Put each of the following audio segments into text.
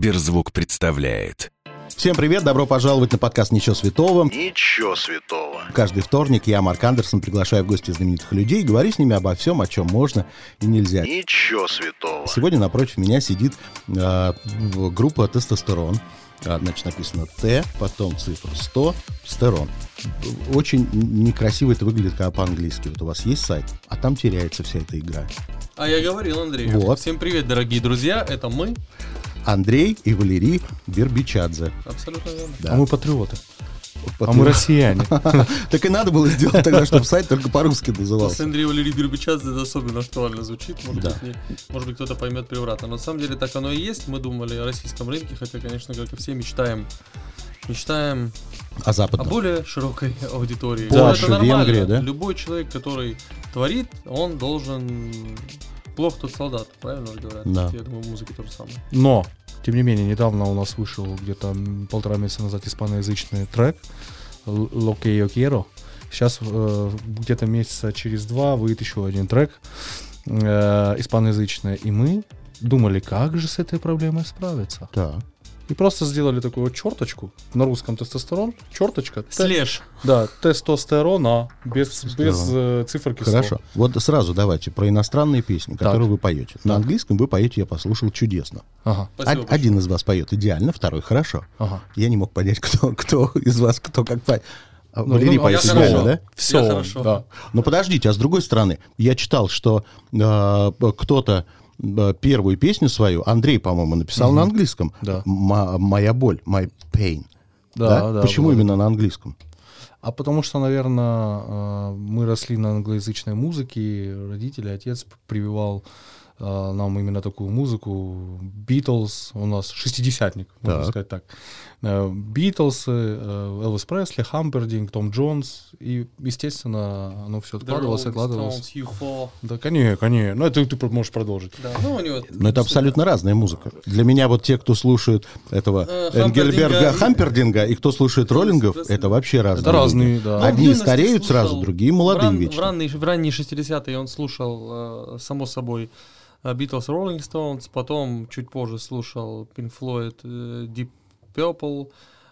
Сберзвук представляет. Всем привет, добро пожаловать на подкаст «Ничего святого». Ничего святого. Каждый вторник я, Марк Андерсон, приглашаю в гости знаменитых людей, говорю с ними обо всем, о чем можно и нельзя. Ничего святого. Сегодня напротив меня сидит группа «Тестостерон». Значит, написано Т, потом цифра 100, стерон. Очень некрасиво это выглядит, когда по-английски. Вот у вас есть сайт, а там теряется вся эта игра. А я говорил, Андрей. Вот. Всем привет, дорогие друзья, это мы. Андрей и Валерий Бербичадзе. Абсолютно верно. Да. А мы патриоты. А мы россияне. Так и надо было сделать тогда, чтобы сайт только по-русски назывался. После Андрея Валерий Бербичадзе это особенно актуально звучит. Может быть, кто-то поймет превратно. Но на самом деле так оно и есть. Мы думали о российском рынке, хотя, конечно, как и все, мечтаем А западно? о более широкой аудитории. Польша, Это нормально. Венгрия, да? Любой человек, который творит, он должен... Плох тот солдат, правильно же говорят? Да. Я думаю, в музыке то же самое. Но, тем не менее, недавно у нас вышел где-то 1,5 месяца назад испаноязычный трек «Lo que yo quiero». Сейчас где-то месяца через 2 выйдет еще один трек испаноязычный. И мы думали, как же с этой проблемой справиться. Да. И просто сделали такую вот черточку. На русском тестостерон. Черточка. Слэш. Да, тестостерона. Без циферки 100. Хорошо. Вот сразу давайте про иностранные песни, которые вы поете. На английском вы поете, я послушал, чудесно. Ага. Спасибо Один из вас поет идеально, второй хорошо. Ага. Я не мог понять, кто из вас, кто как поет. Валерий ну, поет я идеально, хорошо. да? Все, Я хорошо. да. Но подождите, а с другой стороны, я читал, что кто-то первую песню свою, Андрей, по-моему, написал на английском. Да. «Моя боль», «My pain». Да. Почему было. именно на английском? А потому что, наверное, мы росли на англоязычной музыке, и родители, отец прививал нам именно такую музыку. Битлз, у нас шестидесятник, можно сказать так. Битлз, Элвис Пресли, Хампердинг, Том Джонс. И, естественно, оно все откладывалось. U4. Да, конечно. Ну, это ты можешь продолжить. Да, ну у него... Но это абсолютно разная музыка. Для меня вот те, кто слушает этого Энгельберга Хампердинга и кто слушает роллингов, это вообще разные. Это разные, да. Одни Он в юности стареют слушал, сразу, другие молодые в вечно. ранние 60-е он слушал, само собой, Beatles, Rolling Stones, потом чуть позже слушал Pink Floyd, Deep Purple.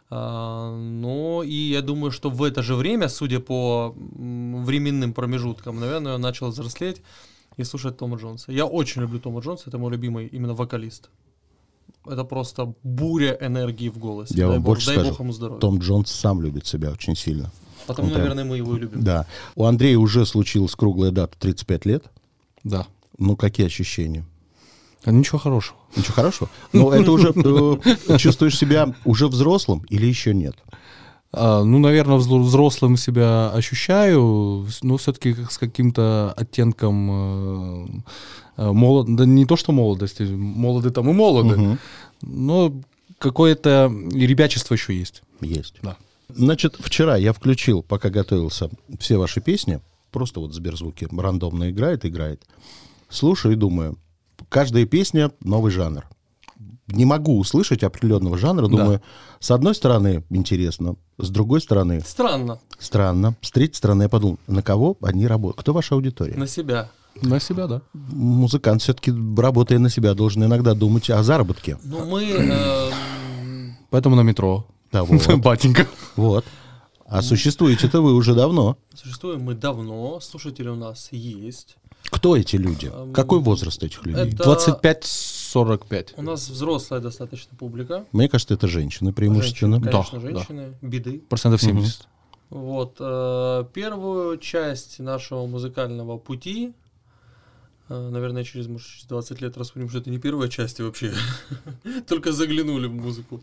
Ну и я думаю, что в это же время, судя по временным промежуткам, наверное, он начал взрослеть и слушать Тома Джонса. Я очень люблю Тома Джонса, это мой любимый именно вокалист. Это просто буря энергии в голосе. Я вам больше дай скажу, Бог ему здоровья. Том Джонс сам любит себя очень сильно. Потому, наверное, мы его и любим. Да. У Андрея уже случилась круглая дата, 35 лет. Да. Ну, какие ощущения? Ничего хорошего. Ничего хорошего? Но это уже чувствуешь себя уже взрослым или еще нет? Ну, наверное, взрослым себя ощущаю, но все-таки с каким-то оттенком да не то что молодости, молоды там и молоды, но какое-то ребячество еще есть. Есть. Да. Значит, вчера я включил, пока готовился, все ваши песни, просто вот Сберзвуки рандомно играет. Слушаю и думаю, каждая песня — новый жанр. Не могу услышать определенного жанра, думаю, с одной стороны интересно, с другой стороны Странно. странно, с третьей стороны я подумал, на кого они работают, кто ваша аудитория? На себя. На себя, да. Музыкант все-таки, работая на себя, должен иногда думать о заработке. Ну, мы... Поэтому на метро. Да, вот. Батенька. Вот. А существуете-то вы уже давно. Существуем мы давно, слушатели у нас есть. Кто эти люди? Какой возраст этих людей? Это 25-45. у нас взрослая достаточно публика. Мне кажется, это женщины преимущественно. Конечно, Да, женщины, беды. 70%. Вот. Первую часть нашего музыкального пути, наверное, через 20 лет рассудим, что это не первая часть вообще, только заглянули в музыку.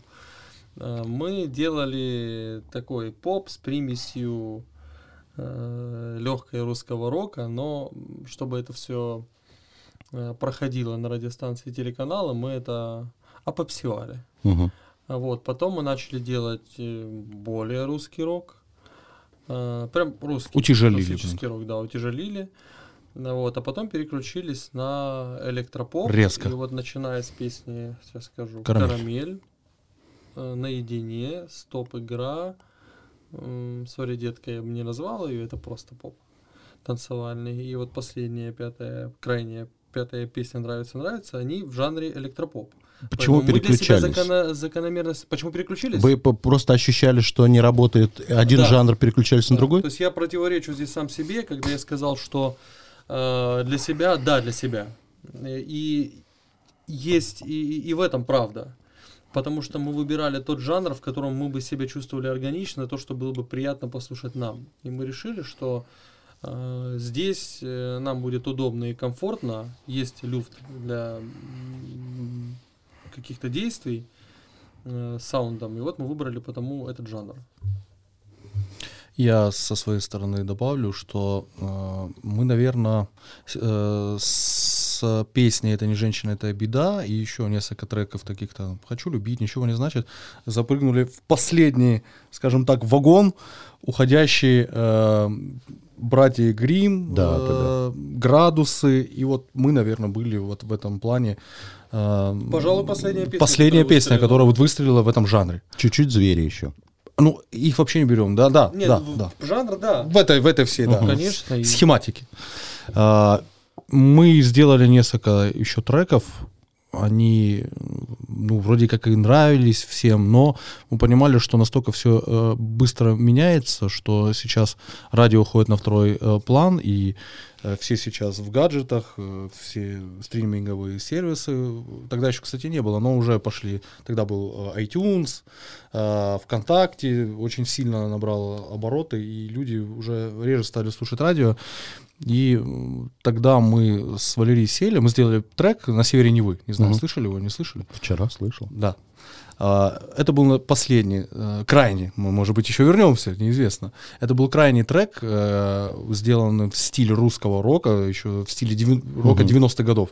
Мы делали такой поп с примесью легкого русского рока, но чтобы это все проходило на радиостанции и телеканалы, мы это опопсевали. Вот. Потом мы начали делать более русский рок. Прям русский. Утяжелили. Классический рок, да, утяжелили. Вот. А потом переключились на электропоп. Резко. И вот начиная с песни, сейчас скажу, «Карамель», «Наедине», «Стоп-игра», «Сори, детка», я бы не назвал ее, это просто поп танцевальный. И вот последняя, крайняя песня «Нравится», они в жанре электропоп. Почему Поэтому мы для себя переключались? закономерность... Почему переключились? Вы просто ощущали, что не работает один Да. жанр, переключались на другой? То есть я противоречу здесь сам себе, когда я сказал, что для себя, да, для себя. И есть и в этом правда. Потому что мы выбирали тот жанр, в котором мы бы себя чувствовали органично, то, что было бы приятно послушать нам. И мы решили, что здесь нам будет удобно и комфортно, есть люфт для каких-то действий с саундом. И вот мы выбрали потому этот жанр. Я со своей стороны добавлю, что мы, наверное, с песней «Это не женщина, это беда» и еще несколько треков таких там «Хочу любить», «Ничего не значит» запрыгнули в последний, скажем так, вагон, уходящий братья Гримм, «Градусы», и вот мы, наверное, были вот в этом плане. Пожалуй, последняя песня. Последняя песня, которая вот выстрелила в этом жанре. Чуть-чуть звери еще. Ну, их вообще не берем, да. Нет, да. жанр, да. В этой всей, да. Конечно. И... Схематики. Мы сделали несколько еще треков. Они, ну, вроде как и нравились всем, но мы понимали, что настолько все быстро меняется, что сейчас радио уходит на второй план, и все сейчас в гаджетах, все стриминговые сервисы. Тогда еще, кстати, не было, но уже пошли. Тогда был iTunes, ВКонтакте очень сильно набрал обороты, и люди уже реже стали слушать радио. И тогда мы с Валерией сели, мы сделали трек «На севере Невы». Не знаю, слышали его, не слышали? Вчера слышал. Да. Это был последний, крайний, мы, может быть, еще вернемся, неизвестно. Это был крайний трек, сделанный в стиле русского рока, еще в стиле рока 90-х годов.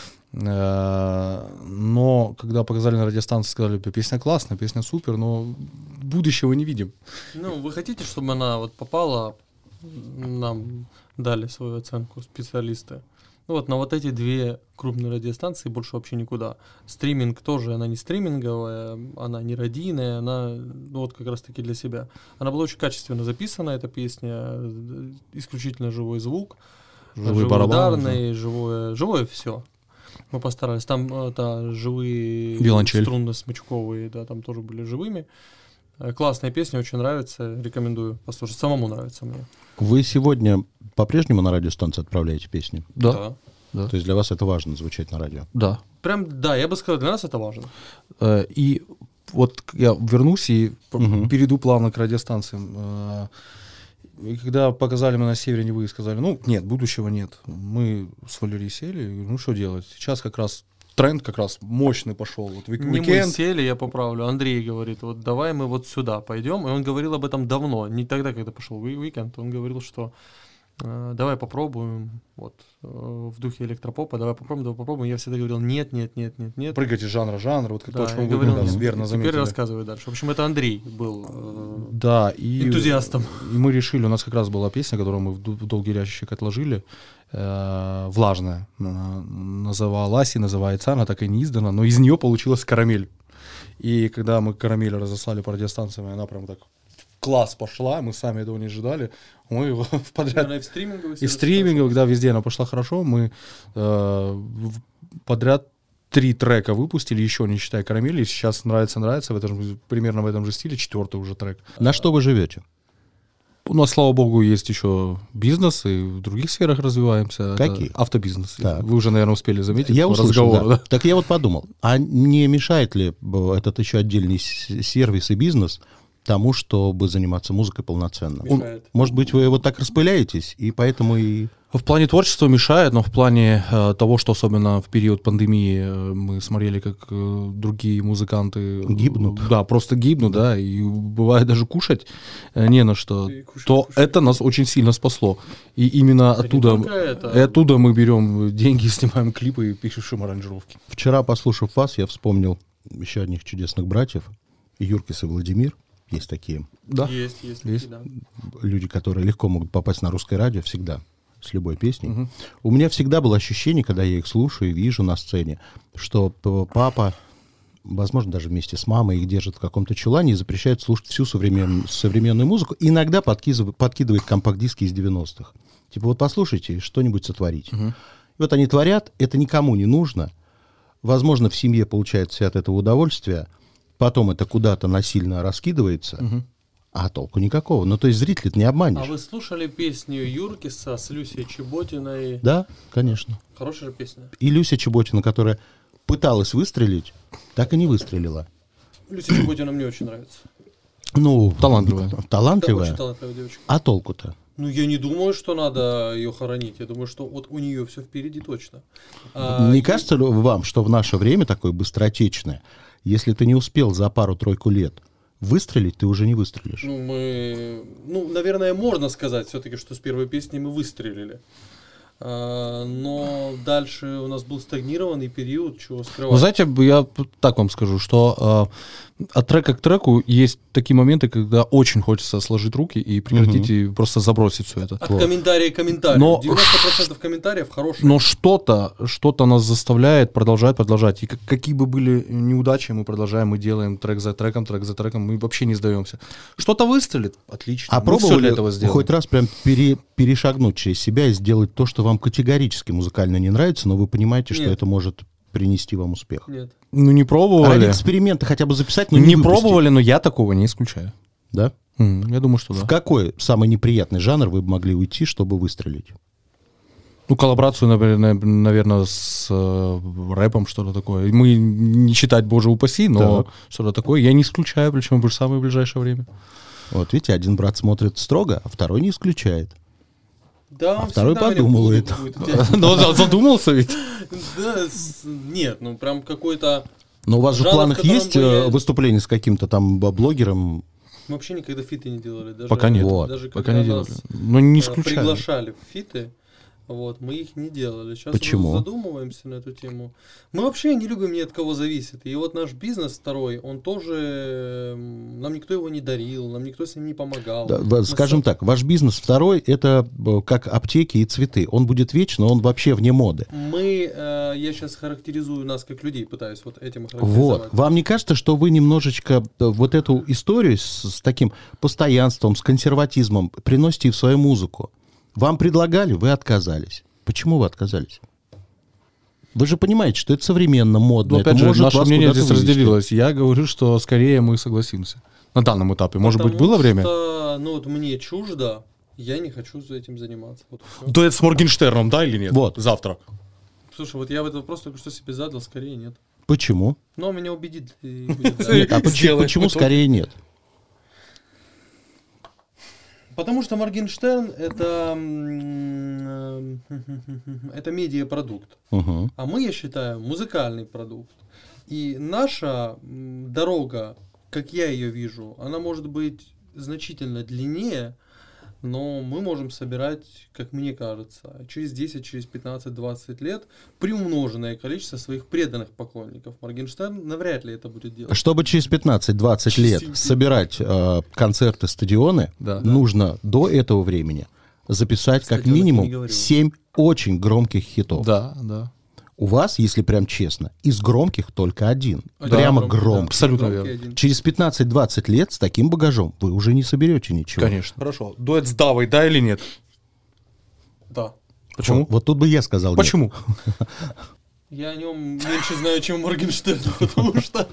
Но когда показали на радиостанции, сказали, песня классная, песня супер, но будущего не видим. Ну, вы хотите, чтобы она вот попала, нам дали свою оценку специалисты? Ну вот на вот эти две крупные радиостанции больше вообще никуда. Стриминг тоже, она не стриминговая, она не радийная, она ну, вот как раз таки для себя. Она была очень качественно записана, эта песня, исключительно живой звук, живой ударный, живое все. Мы постарались. Там живые струнно-смычковые, да, там тоже были живыми. Классная песня, очень нравится, рекомендую послушать. Самому нравится мне. Вы сегодня по-прежнему на радиостанции отправляете песни? Да. То есть для вас это важно, звучать на радио? Да. Прям, да, я бы сказал, для нас это важно. И вот я вернусь и перейду плавно к радиостанциям. И когда показали мы на севере Невы и сказали, ну, нет, будущего нет. Мы с Валерией сели, и, ну, что делать? Сейчас как раз тренд как раз мощный пошел. Вот не мы сели, я поправлю. Андрей говорит, вот давай мы вот сюда пойдем. И он говорил об этом давно, не тогда, когда пошел уикенд. Он говорил, что давай попробуем, вот, в духе электропопа, давай попробуем. Я всегда говорил, нет. Прыгать из жанра в жанр, вот как да, то, что он говорил, верно заметили. Теперь рассказывай дальше. В общем, это Андрей был энтузиастом. И мы решили, у нас как раз была песня, которую мы в долгий ящик отложили, влажная. Она называлась и называется, она так и не издана, но из нее получилась карамель. И когда мы карамель разослали по радиостанциям, она прям так класс пошла, мы сами этого не ожидали. Мы подряд... Она и в стриминговых, и в стриминговых, да, везде она пошла хорошо. Мы подряд 3 трека выпустили, еще не считая карамели. Сейчас нравится, примерно в этом же стиле, 4-й уже трек. На что вы живете? У нас, слава богу, есть еще бизнес, и в других сферах развиваемся. Какие? Это автобизнес. Так. Вы уже, наверное, успели заметить Я услышал, разговор. да. Так я вот подумал, а не мешает ли этот еще отдельный сервис и бизнес тому, чтобы заниматься музыкой полноценно? Мешает. Может быть, вы вот так распыляетесь, и поэтому и... В плане творчества мешает, но в плане того, что особенно в период пандемии мы смотрели, как другие музыканты гибнут. Да, просто гибнут, да, и бывает даже кушать не на что, кушать. Это нас очень сильно спасло. И именно оттуда мы берем деньги, снимаем клипы и пишем аранжировки. Вчера, послушав вас, я вспомнил еще одних чудесных братьев, Юркис и Владимир. Есть такие. Да. Есть. Да. Люди, которые легко могут попасть на русское радио всегда, с любой песней. У меня всегда было ощущение, когда я их слушаю и вижу на сцене, что папа, возможно, даже вместе с мамой их держит в каком-то чулане и запрещает слушать всю современную музыку. Иногда подкидывает компакт-диски из 90-х. Типа вот послушайте, что-нибудь сотворите. И вот они творят, это никому не нужно. Возможно, в семье получают все от этого удовольствие, потом это куда-то насильно раскидывается, а толку никакого. Ну, то есть зрителя не А обманешь. вы слушали песню Юркиса с Люсей Чеботиной? Да, конечно. Хорошая же песня. И Люся Чеботина, которая пыталась выстрелить, так и не выстрелила. Люся Чеботина мне очень нравится. Ну, Талантливая. Да, талантливая. очень талантливая девочка. А толку-то? Ну, я не думаю, что надо ее хоронить. Я думаю, что вот у нее все впереди точно. Не кажется ли вам, что в наше время такое быстротечное, если ты не успел за пару-тройку лет выстрелить, ты уже не выстрелишь? Ну, наверное, можно сказать все-таки, что с первой песни мы выстрелили. Но дальше у нас был стагнированный период, чего скрывать. Вы знаете, я так вам скажу, что от трека к треку есть такие моменты, когда очень хочется сложить руки и прекратить и просто забросить все это. От комментария к комментарию. Но 90% комментариев хорошие. Но что-то нас заставляет продолжать. И какие бы были неудачи, мы продолжаем, мы делаем трек за треком, мы вообще не сдаемся. Что-то выстрелит, отлично. А мы всё пробовали для этого сделаем. хоть раз прям перешагнуть через себя и сделать то, что вам категорически музыкально не нравится, но вы понимаете, что Нет. это может принести вам успех? Нет. Ну, не пробовали. Ради эксперимента хотя бы записать, но не выпустить. пробовали, но я такого не исключаю. Да? Я думаю, что да. В какой самый неприятный жанр вы бы могли уйти, чтобы выстрелить? Ну, коллаборацию, наверное, с рэпом, что-то такое. Мы не считать, боже упаси, но Так. что-то такое я не исключаю, причем в самое ближайшее время. Вот видите, один брат смотрит строго, а второй не исключает. Да, А он второй всегда меня подумывает. в буду будет. Ну, задумался ведь. Да, нет, ну прям какой-то... Но у вас же в Жанр, в планах котором есть бы я- выступление с каким-то там блогером? Мы вообще никогда фиты не делали. Даже, Пока нет. Вот, Даже Пока когда не нас делали. Но не исключаю. приглашали в фиты, вот, мы их не делали. Сейчас Почему? мы задумываемся на эту тему. Мы вообще не любим ни от кого зависит. И вот наш бизнес второй, он тоже... Нам никто его не дарил, нам никто с ним не помогал. Да, Мы скажем так, ваш бизнес второй — это как аптеки и цветы. Он будет вечно, он вообще вне моды. я сейчас характеризую нас как людей, пытаюсь вот этим охарактеризовать. Вот. Вам не кажется, что вы немножечко вот эту историю с таким постоянством, с консерватизмом приносите и в свою музыку? Вам предлагали, вы отказались. Почему вы отказались? Вы же понимаете, что это современно, модно. Но, это опять же, может наше вас мнение куда-то здесь вывести. разделилось. Я говорю, что скорее мы согласимся. На данном этапе. Может быть, было время? Что, ну вот мне чуждо, я не хочу за этим заниматься. Вот и всё. Дуэт с Моргенштерном, да или нет? Вот. Завтра. Слушай, вот я в этот вопрос только что себе задал, скорее нет. Почему? Но меня убедит. И будет, да. Нет, а Сделай почему потом. скорее нет? Потому что Моргенштерн это медиапродукт. Угу. А мы, я считаю, музыкальный продукт. И наша дорога, как я ее вижу, она может быть значительно длиннее, но мы можем собирать, как мне кажется, через 10, через 15, 20 лет приумноженное количество своих преданных поклонников. Моргенштерн навряд ли это будет делать. Чтобы через 15-20 лет собирать концерты, стадионы, Да. нужно до этого времени записать Кстати, как он так и не минимум говорил. 7 очень громких хитов. Да, да. У вас, если прям честно, из громких только один. Да, Прямо громкий, громкий. да. Абсолютно Громкий верно. один. Через 15-20 лет с таким багажом вы уже не соберете ничего. Конечно. Хорошо. Дуэт с Давой, да или нет? Да. Почему? Вот тут бы я сказал нет. Почему? Я о нем меньше знаю, чем Моргенштерн, потому что...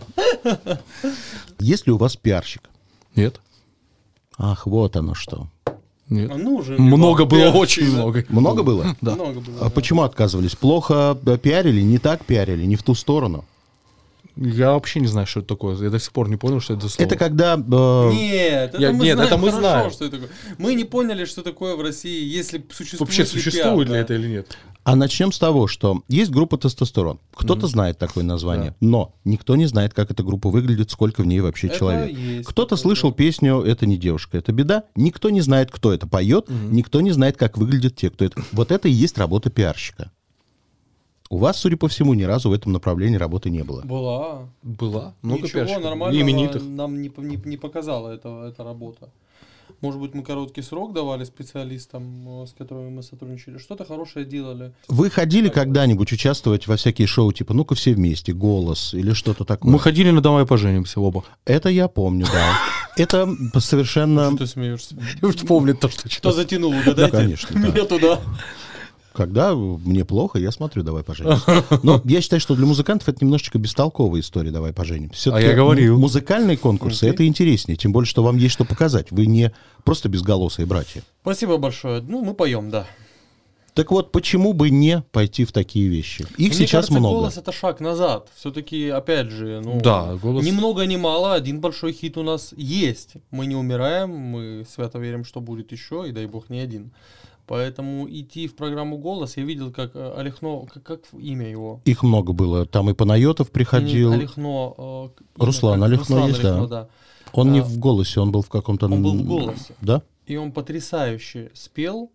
Есть ли у вас пиарщик? Нет. Ах, вот оно что. Нет. Нужен. Много было, Пиарщик, очень да. много. Много было? Да. Много было. А да. почему отказывались? Плохо пиарили, не так пиарили, не в ту сторону? Я вообще не знаю, что это такое. Я до сих пор не понял, что это за слово. Это когда... Нет, это мы Нет, знаем это мы хорошо, знаем. что это такое. Мы не поняли, что такое в России, если существует Вообще ли существует пиар, ли да. это или нет? А начнем с того, что есть группа «Тестостерон». Кто-то знает такое название, но никто не знает, как эта группа выглядит, сколько в ней вообще Это человек. есть Кто-то такое, слышал да. песню «Это не девушка, это беда». Никто не знает, кто это поет, никто не знает, как выглядят те, кто это... Вот это и есть работа пиарщика. У вас, судя по всему, ни разу в этом направлении работы не было. Была. Была. Много Ничего пиарщиков. нормального Именитых. нам не показала эта работа. Может быть, мы короткий срок давали специалистам, с которыми мы сотрудничали. Что-то хорошее делали. Вы ходили когда-нибудь участвовать во всякие шоу, типа «Ну-ка все вместе», «Голос» или что-то такое? Мы ходили на «Давай поженимся» оба. Это я помню, да. Это совершенно... Что ты смеешься? Помнит то, что Кто затянул, угадайте? конечно, да. Меня туда. Когда мне плохо, я смотрю «Давай поженимся». Но я считаю, что для музыкантов это немножечко бестолковая история «Давай поженимся». Все-таки я говорил. музыкальные конкурсы — это интереснее, тем более, что вам есть что показать. Вы не просто безголосые братья. Спасибо большое. Ну, мы поем, да. Так вот, почему бы не пойти в такие вещи? Их Мне сейчас кажется, много. голос — это шаг назад. Все-таки, опять же, Да, голос- ни много ни мало, один большой хит у нас есть. Мы не умираем, мы свято верим, что будет еще, и дай бог не один. Поэтому идти в программу «Голос», я видел, как Олехно, как имя его? Их много было. Там и Панайотов приходил. Олехно. Руслан Олехно есть, да. да. Он не в «Голосе», он был в каком-то... Он был в «Голосе». Да? И он потрясающе спел.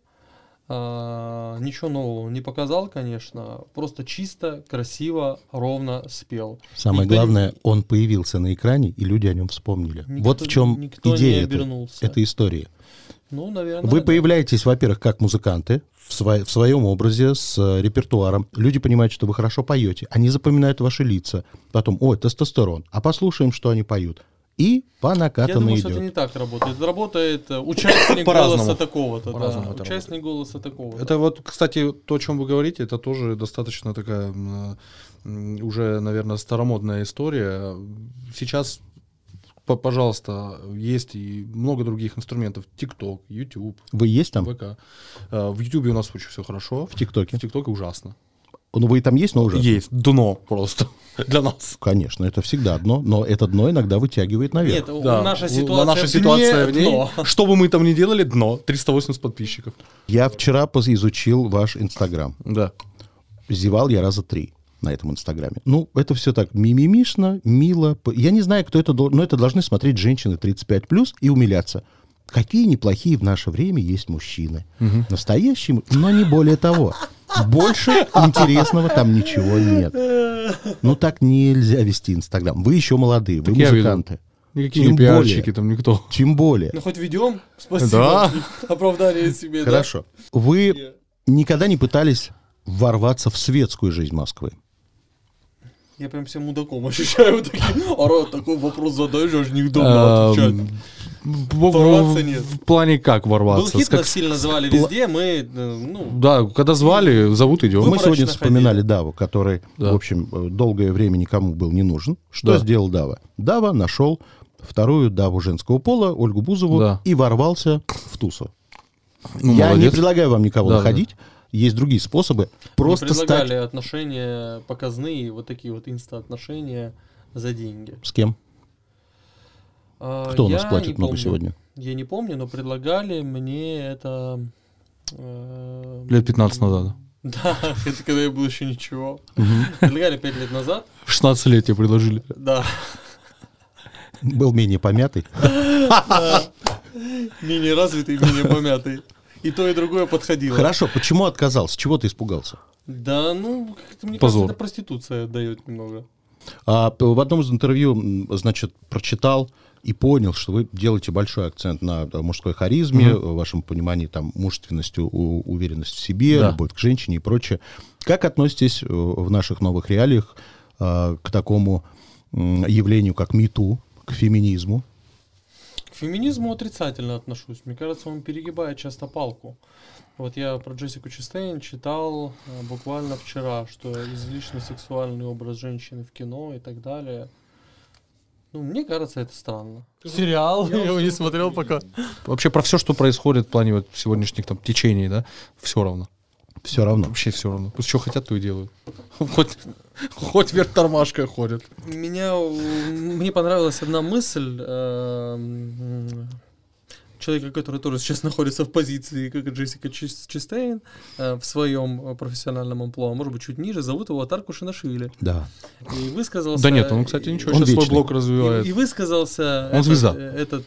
Ничего нового он не показал, конечно. Просто чисто, красиво, ровно спел. Самое Никто главное, он появился на экране, и люди о нем вспомнили. Вот в чем никто не идея обернулся. этой истории. Ну, наверное, Вы да. появляетесь, во-первых, как музыканты, в своем образе, с репертуаром. Люди понимают, что вы хорошо поете. Они запоминают ваши лица. Потом, ой, тестостерон. А послушаем, что они поют. И по Я накатанной думаю, идет. что это не так работает. Это работает участник По-разному. голоса такого-то. По-разному Да. это Участник голоса такого-то. Это вот, кстати, то, о чем вы говорите, это тоже достаточно такая уже, наверное, старомодная история. Сейчас, пожалуйста, есть и много других инструментов. TikTok, YouTube, Вы есть там? ВК. В YouTube у нас очень все хорошо. В ТикТоке? В ТикТоке ужасно. Ну, вы там есть, но уже? Есть. Дно просто для нас. Конечно, это всегда дно, но это дно иногда вытягивает наверх. Нет, Да. наша ситуация, Наша ситуация в ней, дно. что бы мы там ни делали, дно. 380 подписчиков. Я вчера изучил ваш Инстаграм. Да. Зевал я раза 3 на этом Инстаграме. Ну, это все так мимимишно, мило. Я не знаю, кто это, но это должны смотреть женщины 35+, и умиляться. Какие неплохие в наше время есть мужчины. Настоящие, но не более того. Больше интересного там ничего нет. Ну, так нельзя вести Инстаграм. Вы еще молодые, вы Так я музыканты. Никакие Тем не пиарщики более. там никто. Тем более. Ну, хоть ведем. Спасибо. Да. Оправдание себе. да. Хорошо. Вы никогда не пытались ворваться в светскую жизнь Москвы? Я прям себя мудаком ощущаю. Арат, такой вопрос задаешь, аж неудобно отвечать. Ворваться нет. В плане как Был ворваться? хит, Как- нас сильно звали везде, мы, Да, когда звали, зовут, идем. Мы Выборочно сегодня вспоминали Даву, который, Да. в общем, долгое время никому был не нужен. Что Да. сделал Дава? Дава нашел вторую Даву женского пола, Ольгу Бузову, Да. и ворвался в тусу. Ну, Я не молодец. предлагаю вам никого Да, находить. Есть другие способы. Просто мы предлагали стать... отношения показные, вот такие вот инста-отношения за деньги. С кем? Кто у нас Я платит не много помню. сегодня? Я не помню, но предлагали мне это... Лет 15 назад. Да, это когда я был еще ничего. Предлагали 5 лет назад. 16 лет тебе предложили. Да. Был менее помятый. Менее развитый, менее помятый. И то, и другое подходило. Хорошо, почему отказался? Чего ты испугался? Да, ну, как-то, мне Позор. кажется, это проституция дает немного. В одном из интервью, значит, прочитал и понял, что вы делаете большой акцент на мужской харизме, в вашем понимании там мужественности, уверенность в себе, Да. любовь к женщине и прочее. Как относитесь в наших новых реалиях к такому явлению, как #MeToo, к феминизму? К феминизму отрицательно отношусь. Мне кажется, он перегибает часто палку. Вот я про Джессику Честейн читал буквально вчера, что излишне сексуальный образ женщины в кино и так далее. Ну, мне кажется, это странно. Сериал? Я его не смотрел пока. Вообще про все, что происходит в плане вот сегодняшних там течений, да, все равно. Все равно. Вообще все равно. Пусть что хотят, то и делают. Хоть вверх тормашкой ходят. Мне понравилась одна мысль человека, который тоже сейчас находится в позиции, как и Джессика Честейн, в своем профессиональном амплуа, может быть, чуть ниже, зовут его Атар Кушанашвили. Да. И высказался... Да нет, он, кстати, ничего, Он сейчас свой вечный. блог развивает. И высказался Он звезда. этот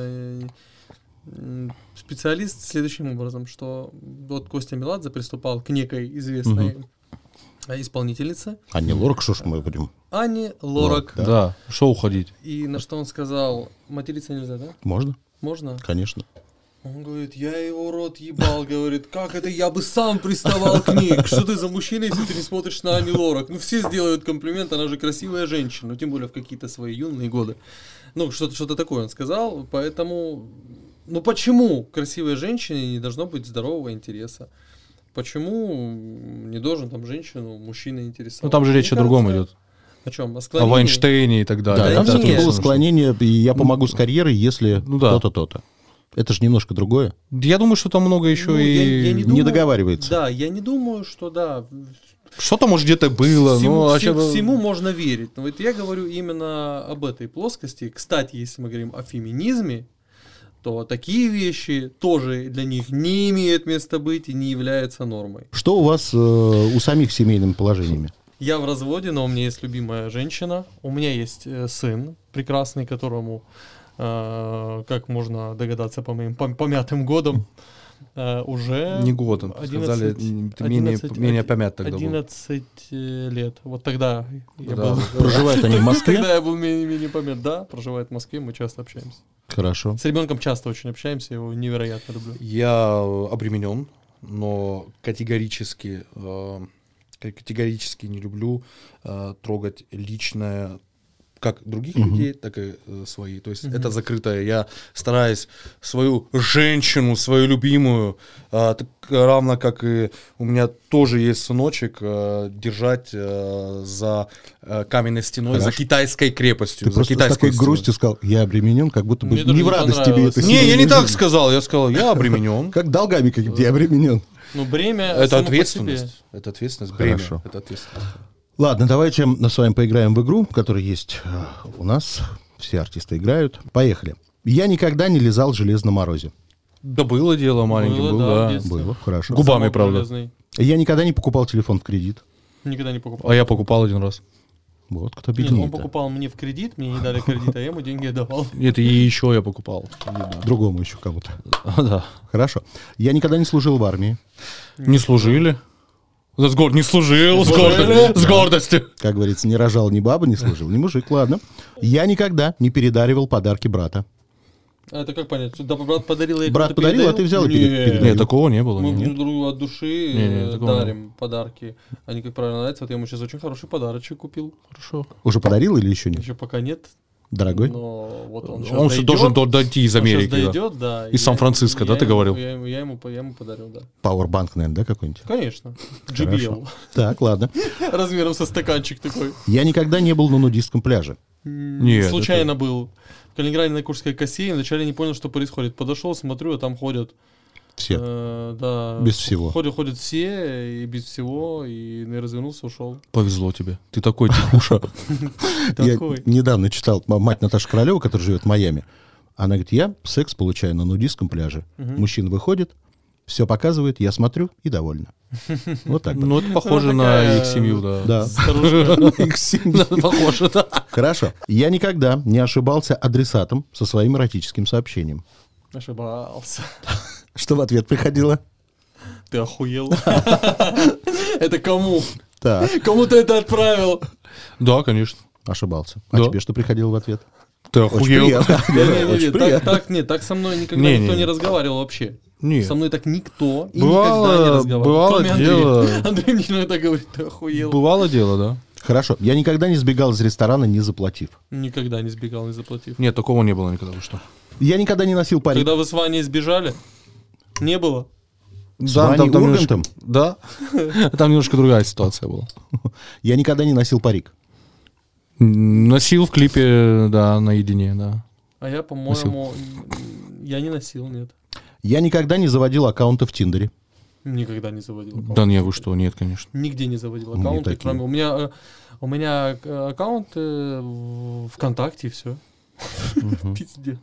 специалист следующим образом, что вот Костя Меладзе приступал к некой известной исполнительнице А не Лорак, что ж мы будем? Ане Лорак. Да. Да, что уходить? И на что он сказал, материться нельзя, да? Можно? Можно? Конечно. Он говорит, я его рот ебал, говорит, как это я бы сам приставал к ней, что ты за мужчина, если ты не смотришь на Ани Лорак? Ну все сделают комплимент, она же красивая женщина, ну тем более в какие-то свои юные годы. Ну что-то такое он сказал, поэтому, ну почему красивой женщине не должно быть здорового интереса? почему не должен там женщину мужчина интересовать? Ну там же речь о Мне другом кажется, идет. О чем? О О склонении? Вайнштейне и так далее. Да, Да там нет. все-таки было Естественно, склонение, и я помогу с карьерой, если Ну да. то-то, то-то. Это же немножко другое. что- Я думаю, что там много еще Ну, и... я не Не думаю- договаривается. Да, я не думаю, что да. Что-то, может, где-то было. Всему, Ну, а чё- всему можно верить. Но вот я говорю именно об этой плоскости. Кстати, если мы говорим о феминизме, то такие вещи тоже для них не имеют места быть и не являются нормой. Что у вас у самих с семейными положениями? Я в разводе, но у меня есть любимая женщина. У меня есть сын прекрасный, которому, как можно догадаться по моим помятым годам, уже Не годом. 11, Сказали, ты менее помят тогда был. 11 лет. Вот тогда я Да. был... Проживают они в Москве? Тогда я был менее помят. Да, проживает в Москве, мы часто общаемся. Хорошо. С ребенком часто очень общаемся, его невероятно люблю. Я обременен, но категорически не люблю трогать личное как других людей, так и свои. То есть это закрытое. Я стараюсь свою женщину, свою любимую, так равно как и у меня тоже есть сыночек, держать за каменной стеной, за Хорошо. китайской крепостью. Ты за просто с китайской такой стеной. грустью сказал, я обременен, как будто бы Мне тоже не не в радость тебе понравилось. это. Не, я не семейная так жизнь. сказал. Я сказал, я обременен. Как долгами каким-то, я обременен. Ну, бремя Это само по себе. ответственность. Это ответственность. Бремя. Хорошо. Это ответственность. Ладно, давайте мы с вами поиграем в игру, которая есть у нас. Все артисты играют. Поехали. Я никогда не лизал железо на морозе. Да было дело маленьким, Было, был, да, в да. детстве. Было, хорошо. Губами, Самый правда. полезный. Я никогда не покупал телефон в кредит. Никогда не покупал. А я покупал один раз. Вот кто Нет, он беднее. покупал мне в кредит, мне не дали кредит, а я ему деньги отдавал. Нет, и еще я покупал. Другому еще кому-то. Да. Хорошо. Я никогда не служил в армии. Не служили. Не служил, с гордостью. Как говорится, не рожал ни баба, не служил, ни мужик. Ладно. Я никогда не передаривал подарки брата. А это как понять? Да, брат подарил, я Брат кому-то подарил, а передарил? ты взял и Нет. передал. Нет, такого не было. Мы нет. друг другу от души Не, такого дарим подарки. Они, как правильно нравятся. Вот я ему сейчас очень хороший подарочек купил. Хорошо. Уже подарил или еще нет? Еще пока нет. Дорогой? Но вот он Он же должен дойти из Америки. Он да. сейчас дойдет, да. Из Сан-Франциско, да, ты говорил? Я ему подарил, да. Powerbank, наверное, да, какой-нибудь? Конечно. Хорошо. JBL. Так, ладно. Размером со стаканчик такой. Я никогда не был на нудистском пляже. Нет, Случайно был. В Калининграде на Курской косе. Вначале не понял, что происходит. Подошел, смотрю, а там ходят. Все. Да. Без всего. Ходят все, и без всего. И я развернулся, ушел. Повезло тебе. Ты такой тихуша. Я Такой. недавно читал мать Наташи Королева, которая живет в Майами. Она говорит, я секс получаю на нудистском пляже. Мужчина выходит, все показывает, я смотрю и довольна. Вот так. Ну, это похоже Ну, на такая- их семью, да. Да. Старушка. Их семья. Похоже, да. Хорошо. Я никогда не ошибался адресатом со своим эротическим сообщением. Ошибался. Что в ответ приходило? Ты охуел. Это кому? Так, Кому ты это отправил? Да, конечно. ошибался. А Да. тебе что приходило в ответ? Ты Очень охуел. приятно. Не-не-не, Очень так- приятно. так нет, так со мной никогда Не-не. никто не разговаривал вообще. Нет. Со мной так никто и Бывало- никогда не разговаривал. бывало Кроме Андрея. дело. Андрей мне иногда говорит, ты охуел. Бывало дело, да. Хорошо. Я никогда не сбегал из ресторана, не заплатив. Никогда не сбегал, не заплатив. Нет, такого не было никогда. Вы что? Я никогда не носил парик. Когда вы с Ваней сбежали, не было. С Ваней Ургантом? Да. Там немножко другая ситуация была. Я никогда не носил парик. Носил в клипе, да, наедине, да. А я, по-моему, я не носил, нет. Я никогда не заводил аккаунта в Тиндере. Никогда не заводил аккаунт. Да не, вы что, нет, конечно. Нигде не заводил Не аккаунты, такие. кроме... У меня аккаунт в ВКонтакте, и все. Пиздец.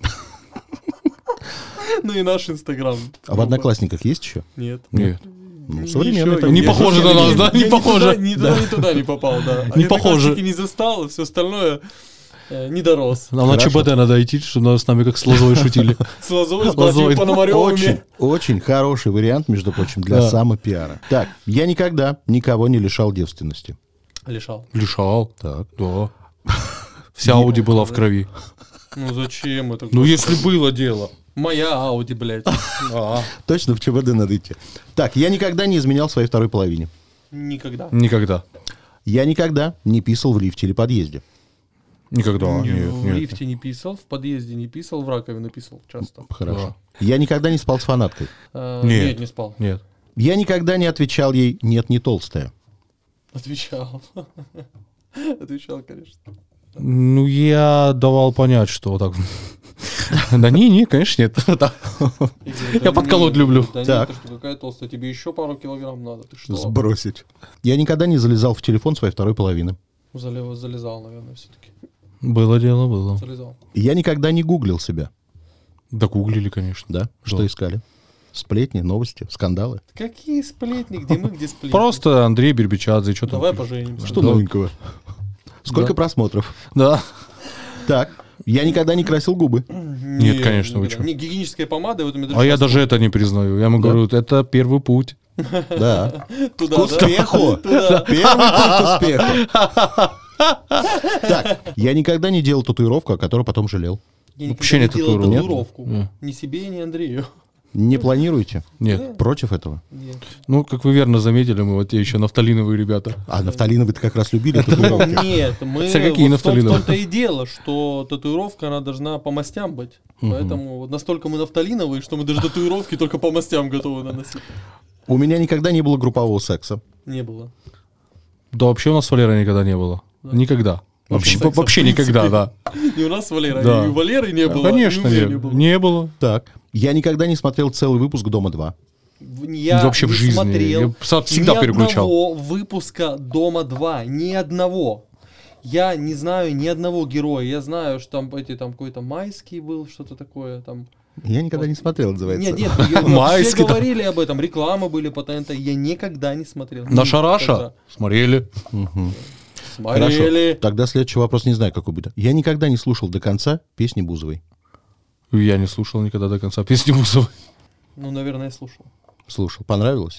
Ну и наш Инстаграм. А в Одноклассниках есть еще? Нет. Нет. Ну, современный Ещё- там Не есть. похоже на нас, да? Не похоже. Ни туда не попал, да. Не похоже. Одноклассники не застал, все остальное не дорос. Нам на Хорошо. ЧБД надо идти, чтобы с нами как с Лозовой шутили. С Лозовой, с Лозой. братьями Пономарёвыми. Очень, очень хороший вариант, между прочим, для Да. самопиара. Так, я никогда никого не лишал девственности. Лишал. Лишал. Так. Да. Вся Ауди была в крови. Ну зачем это? Ну, если было дело. Моя Ауди, блядь. Точно в ЧВД надо идти. Так, я никогда не изменял своей второй половине. Никогда. Никогда. Я никогда не писал в лифте или подъезде. Никогда. В Нет. лифте не писал, в подъезде не писал, в раковину писал часто. Хорошо. Я никогда не спал с фанаткой. Нет. Нет, не спал. Нет. Я никогда не отвечал ей «нет, не толстая». Отвечал. Отвечал, конечно. Ну, я давал понять, что вот так... Да не, конечно, нет. Я подколоть люблю. Да Так. нет, ты что, какая толстая, тебе еще пару килограмм надо, ты что? Сбросить. Я никогда не залезал в телефон своей второй половины. Залезал, наверное, все-таки. Было дело, было. Залезал. Я никогда не гуглил себя. Да гуглили, конечно. Да? Что Да. искали? Сплетни, новости, скандалы? Какие сплетни, где мы, где сплетни? Просто Андрей Бербичадзе, что там? Давай поженимся. Что Да. новенького? Сколько Да. просмотров? Да. Так, я никогда не красил губы. Нет, конечно, вы никогда. чё. Не гигиенической помадой, вот А я даже это не признаю. Я ему Да. говорю, это первый путь. Да. туда, К успеху. Первый путь к успеху. Так, я никогда не делал татуировку, о которой потом жалел. Я Вообще никогда не не делал татуировал. татуировку. Нет. Ни себе, ни Андрею. Не планируете? Нет. Против этого? Нет. Ну, как вы верно заметили, мы вот те еще нафталиновые ребята. А нафталиновые-то как раз любили татуировки. Нет, мы Смотря какие вот в том- в нафталиновые. том-то и дело, что татуировка, она должна по мастям быть. Поэтому вот настолько мы нафталиновые, что мы даже татуировки только по мастям готовы наносить. У меня никогда не было группового секса. Не было. Да вообще у нас с Валерой никогда не было. Никогда. Вообще, Секса, вообще в принципе. никогда, да. И у нас с Валерой, Да. и у Валеры не было. Конечно, и у меня нет. не было. Не было. Так, я никогда не смотрел целый выпуск «Дома-2». Я Вообще в не жизни. смотрел Я всегда ни переключал. одного выпуска «Дома-2», ни одного. Я не знаю ни одного героя. Я знаю, что там какой-то майский был, что-то такое там. Я никогда не смотрел, называется. Нет, все Майский там. говорили об этом, рекламы были по ТНТ, я никогда не смотрел. Наша Никогда. Раша? Смотрели. Хорошо, Смотрели. тогда следующий вопрос не знаю, какой будет. Я никогда не слушал до конца песни Бузовой. Я не слушал никогда до конца песни Бузовой. Ну, наверное, я слушал. Слушал, понравилось?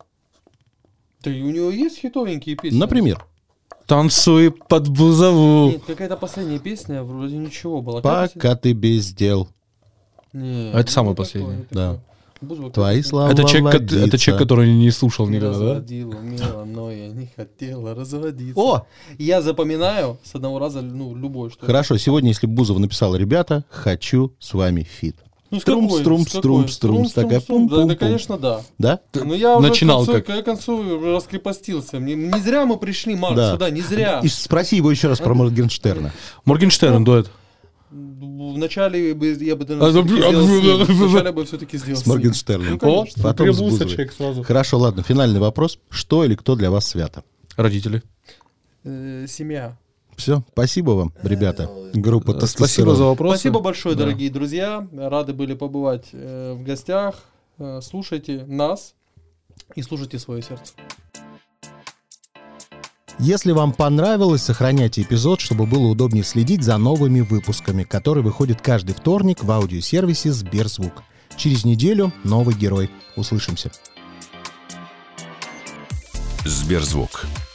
Да и у него есть хитовенькие песни. Например, Танцуй под Бузову. Нет, какая-то последняя песня, вроде ничего была. Какая песня? «Пока ты без дел». Не, А это самое не такое, последнее. не Да. такое. Бузова, Твои песня. слова Это человек, водица. который не слушал Не никогда, да? разводила, мило, но я не хотела разводиться. О, Я запоминаю с одного раза, ну, любой, что. хорошо, сегодня, если бы Бузова написала: «Ребята, хочу с вами фит». Ну, с Струм, какой? струм, С какой? струм, такая Да, пум-пум-пум. да, конечно, да. Да? Ну, я уже Начинал к как. концу уже раскрепостился. Не зря мы пришли, Марк, Да. сюда, не зря. И спроси его еще раз про Моргенштерна. Моргенштерн дуэт. Вначале я бы, А, наверное, всё-таки сделал с ним. Вначале бы все-таки сделал С с ним. Моргенштерном. Ну, конечно. Потом с Бузовой. сразу. Хорошо, ладно, финальный вопрос. Что или кто для вас свято? Родители. Семья. Все, спасибо вам, ребята. Группа Спасибо «Тестостерон». за вопросы. Спасибо большое, Да. дорогие друзья. Рады были побывать в гостях. Слушайте нас и слушайте свое сердце. Если вам понравилось, сохраняйте эпизод, чтобы было удобнее следить за новыми выпусками, которые выходят каждый вторник в аудиосервисе «Сберзвук». Через неделю новый герой. Услышимся. Сберзвук.